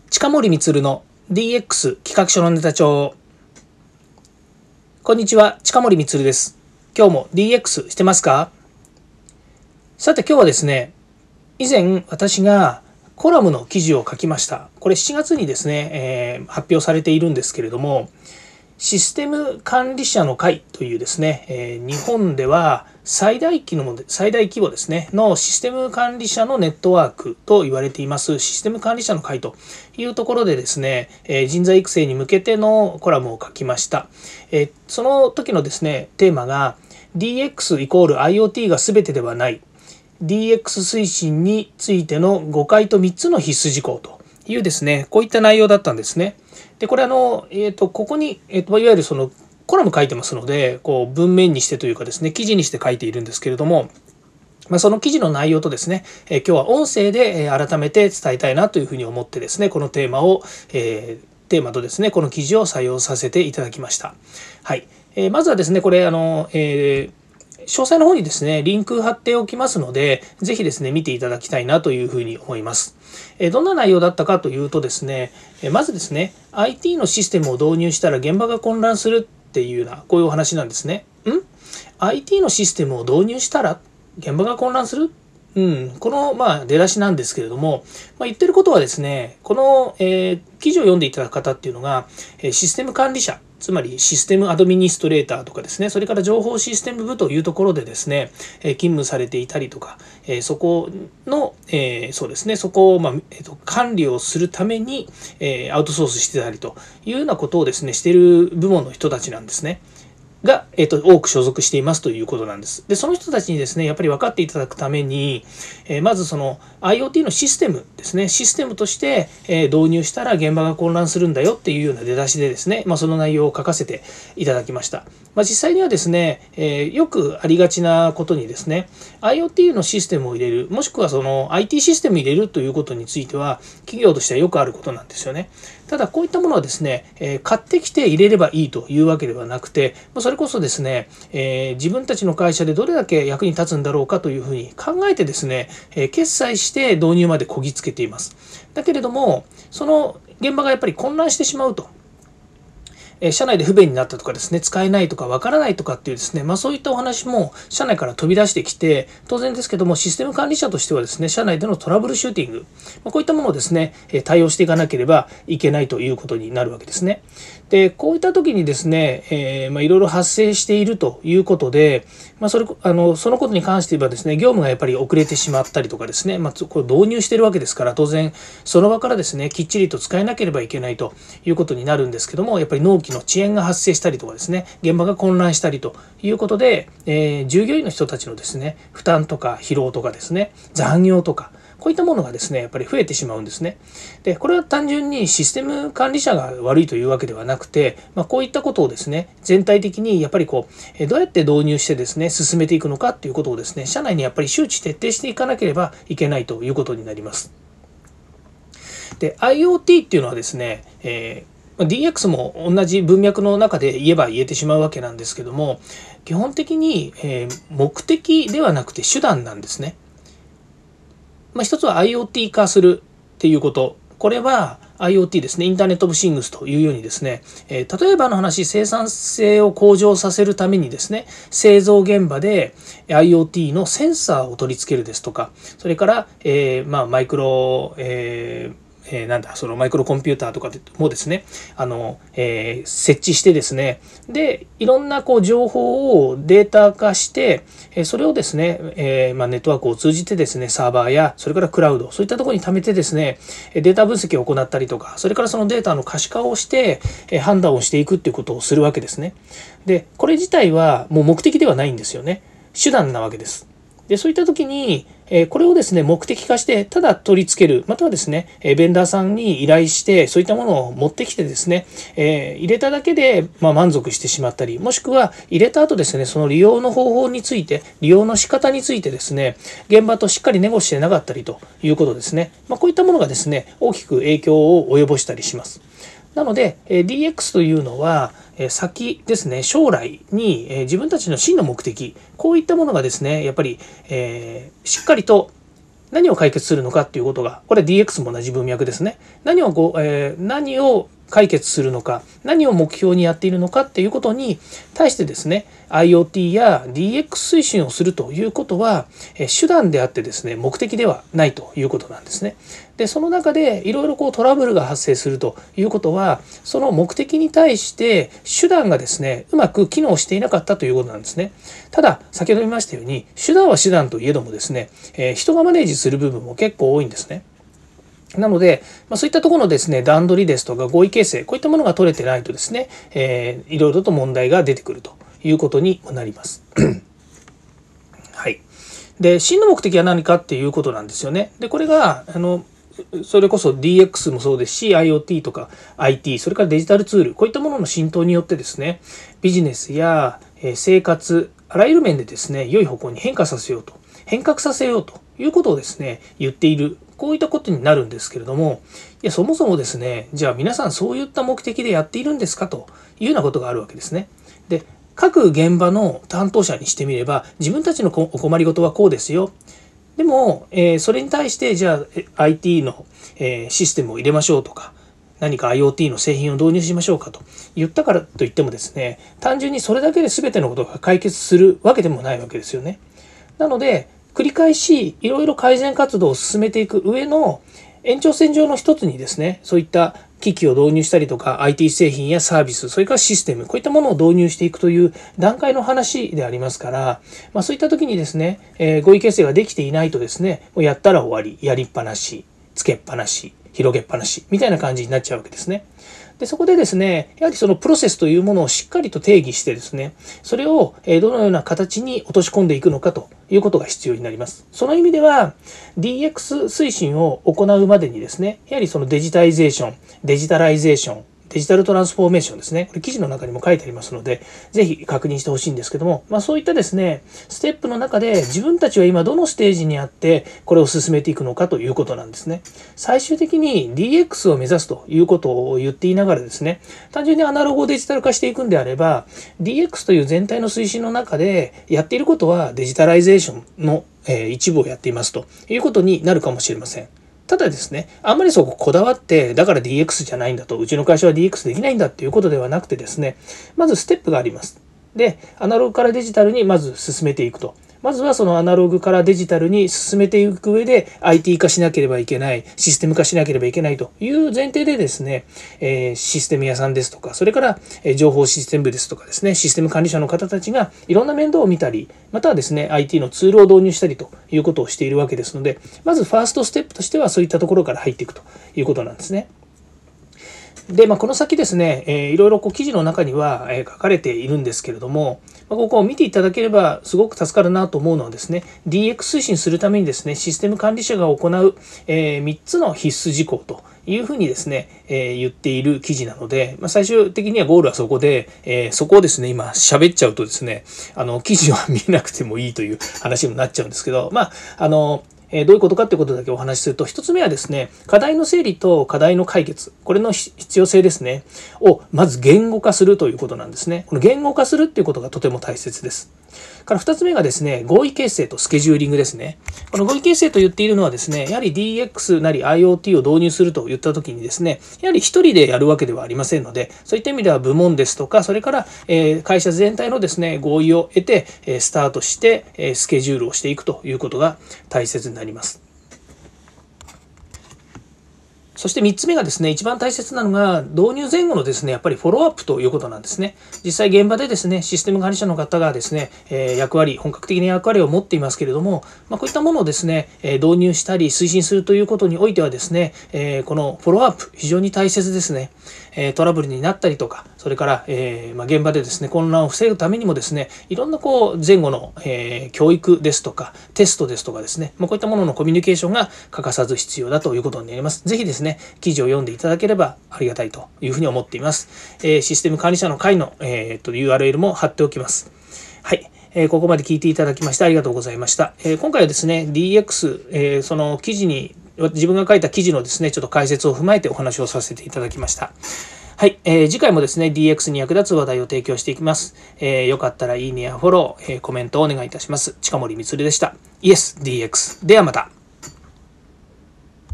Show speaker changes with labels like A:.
A: 近森光の DX 企画書のネタ帳。こんにちは、近森光です。今日も DX してますか？さて今日はですね、以前私がコラムの記事を書きました。これ7月にですね、発表されているんですけれども、システム管理者の会というですね、日本では最大規模ですねのシステム管理者のネットワークと言われていますシステム管理者の会というところでですね、人材育成に向けてのコラムを書きました。その時のですねテーマが DX イコール IoT が全てではない DX 推進についての5回と3つの必須事項というですね、こういった内容だったんですね。でこれここに、いわゆるそのコラム書いてますので、こう文面にしてというかですね、記事にして書いているんですけれども、その記事の内容とですね、今日は音声で改めて伝えたいなというふうに思ってですね、このテーマとですね、この記事を採用させていただきました。はい。まずはですね、これ詳細の方にですね、リンク貼っておきますので、ぜひですね、見ていただきたいなというふうに思います。どんな内容だったかというとですね、まずですね、IT のシステムを導入したら現場が混乱するっていうような、こういうお話なんですね。IT のシステムを導入したら現場が混乱する？この出だしなんですけれども、言ってることはですね、この、記事を読んでいただく方っていうのが、システム管理者、つまりシステムアドミニストレーターとかですね、それから情報システム部というところでですね、勤務されていたりとか、そこの、そうですね、そこを、管理をするために、アウトソースしてたりというようなことをですね、している部門の人たちなんですね。が、多く所属していますということなんです。で、その人たちにですね、やっぱり分かっていただくために、まずその IoT のシステムですね、システムとして、導入したら現場が混乱するんだよっていうような出だしでですね、その内容を書かせていただきました。実際にはですね、よくありがちなことにですね、IoT のシステムを入れる、もしくはその IT システムを入れるということについては、企業としてはよくあることなんですよね。ただこういったものはですね、買ってきて入れればいいというわけではなくて、それこそですね、自分たちの会社でどれだけ役に立つんだろうかというふうに考えてですね、決済して導入までこぎつけています。だけれども、その現場がやっぱり混乱してしまうと。社内で不便になったとかですね、使えないとかわからないとかっていうですね、そういったお話も社内から飛び出してきて、当然ですけども、システム管理者としてはですね、社内でのトラブルシューティング、こういったものをですね、対応していかなければいけないということになるわけですね。で、こういった時にですね、いろいろ発生しているということで、そのことに関して言えばですね、業務がやっぱり遅れてしまったりとかですね、これ導入しているわけですから、当然その場からですね、きっちりと使えなければいけないということになるんですけども、やっぱり納期の遅延が発生したりとかですね、現場が混乱したりということで、従業員の人たちのですね、負担とか疲労とかですね、残業とか、こういったものがですね、やっぱり増えてしまうんですね。で、これは単純にシステム管理者が悪いというわけではなくて、こういったことをですね、全体的にやっぱりどうやって導入してですね、進めていくのかっていうことをですね、社内にやっぱり周知徹底していかなければいけないということになります。で、IoT っていうのはですね、DX も同じ文脈の中で言えば言えてしまうわけなんですけども、基本的に目的ではなくて手段なんですね。一つは IoT 化するっていうこと。これは IoT ですね、インターネットオブシングスというようにですね、例えばの話、生産性を向上させるためにですね、製造現場で IoT のセンサーを取り付けるですとか、それから、マイクロ、そのマイクロコンピューターとかもですね、設置してですね、で、いろんな情報をデータ化して、それをですね、ネットワークを通じてですね、サーバーや、それからクラウド、そういったところに貯めてですね、データ分析を行ったりとか、それからそのデータの可視化をして、判断をしていくっていうことをするわけですね。で、これ自体はもう目的ではないんですよね。手段なわけです。で、そういった時に、これをですね、目的化して、ただ取り付ける、またはですね、ベンダーさんに依頼して、そういったものを持ってきてですね、入れただけで、満足してしまったり、もしくは入れた後ですね、その利用の方法について、利用の仕方についてですね、現場としっかりネゴしてなかったりということですね。こういったものがですね、大きく影響を及ぼしたりします。なので DX というのは先ですね、将来に自分たちの真の目的、こういったものがですね、やっぱりしっかりと何を解決するのかっていうことが、これ DX も同じ文脈ですね。何を解決するのか、何を目標にやっているのかっていうことに対してですね、IoT や DX 推進をするということは手段であってですね、目的ではないということなんですね。で、その中でいろいろトラブルが発生するということは、その目的に対して手段がですね、うまく機能していなかったということなんですね。ただ、先ほど言いましたように、手段は手段といえどもですね、人がマネージする部分も結構多いんですね。なので、そういったところのですね、段取りですとか合意形成、こういったものが取れてないとですね、いろいろと問題が出てくるということになります。はい。で、真の目的は何かっていうことなんですよね。で、これが、それこそ DX もそうですし、IoT とか IT、それからデジタルツール、こういったものの浸透によってですね、ビジネスや生活、あらゆる面でですね、良い方向に変革させようということをですね、言っている。こういったことになるんですけれども、いや、そもそもですね、じゃあ皆さんそういった目的でやっているんですかというようなことがあるわけですね。で、各現場の担当者にしてみれば、自分たちのお困りごとはこうですよ。でも、それに対してじゃあ IT のシステムを入れましょうとか、何か IoT の製品を導入しましょうかと言ったからといってもですね、単純にそれだけで全てのことが解決するわけでもないわけですよね。なので、繰り返しいろいろ改善活動を進めていく上の延長線上の一つにですね、そういった機器を導入したりとか IT 製品やサービス、それからシステム、こういったものを導入していくという段階の話でありますから、そういった時にですね、合意形成ができていないとですね、もうやったら終わり、やりっぱなし、つけっぱなし、広げっぱなしみたいな感じになっちゃうわけですね。で、そこでですね、やはりそのプロセスというものをしっかりと定義してですね、それをどのような形に落とし込んでいくのかということが必要になります。その意味では DX 推進を行うまでにですね、やはりそのデジタイゼーション、デジタライゼーション、デジタルトランスフォーメーションですね。これ記事の中にも書いてありますので、ぜひ確認してほしいんですけども、そういったですね、ステップの中で自分たちは今どのステージにあって、これを進めていくのかということなんですね。最終的に DX を目指すということを言っていながらですね、単純にアナログをデジタル化していくんであれば、DX という全体の推進の中でやっていることはデジタライゼーションの一部をやっていますということになるかもしれません。ただですね、あんまりそここだわって、だから DX じゃないんだと、うちの会社は DX できないんだっていうことではなくてですね、まずステップがあります。で、アナログからデジタルにまず進めていくと。まずはそのアナログからデジタルに進めていく上で IT 化しなければいけない、システム化しなければいけないという前提でですね、システム屋さんですとか、それから情報システム部ですとかですね、システム管理者の方たちがいろんな面倒を見たり、またはですね、IT のツールを導入したりということをしているわけですので、まずファーストステップとしてはそういったところから入っていくということなんですね。で、この先ですね、いろいろ記事の中には書かれているんですけれども、ここを見ていただければすごく助かるなと思うのはですね、DX 推進するためにですね、システム管理者が行う3つの必須事項というふうにですね、言っている記事なので、最終的にはゴールはそこで、そこをですね、今喋っちゃうとですね、記事は見なくてもいいという話にもなっちゃうんですけど、どういうことかっていうことだけお話しすると、一つ目はですね、課題の整理と課題の解決、これの必要性ですね、をまず言語化するということなんですね。この言語化するっていうことがとても大切です。から2つ目がですね、合意形成とスケジューリングですね。この合意形成と言っているのはですね、やはり DX なり IoT を導入すると言ったときにですね、やはり一人でやるわけではありませんので、そういった意味では部門ですとか、それから会社全体のですね、合意を得てスタートしてスケジュールをしていくということが大切になります。そして3つ目がですね、一番大切なのが、導入前後のですね、やっぱりフォローアップということなんですね。実際現場でですね、システム管理者の方がですね、本格的な役割を持っていますけれども、こういったものをですね、導入したり推進するということにおいてはですね、このフォローアップ、非常に大切ですね。トラブルになったりとか、それから、現場でですね、混乱を防ぐためにもですね、いろんな前後の、教育ですとか、テストですとかですね、こういったもののコミュニケーションが欠かさず必要だということになります。ぜひですね、記事を読んでいただければありがたいというふうに思っています。システム管理者の会の、URL も貼っておきます。はい。ここまで聞いていただきましてありがとうございました。今回はですね、DX、その記事に、自分が書いた記事のですね、ちょっと解説を踏まえてお話をさせていただきました。はい、次回もですね、DX に役立つ話題を提供していきます。よかったらいいねやフォロー、コメントをお願いいたします。近森光でした。イエス DX。ではまた。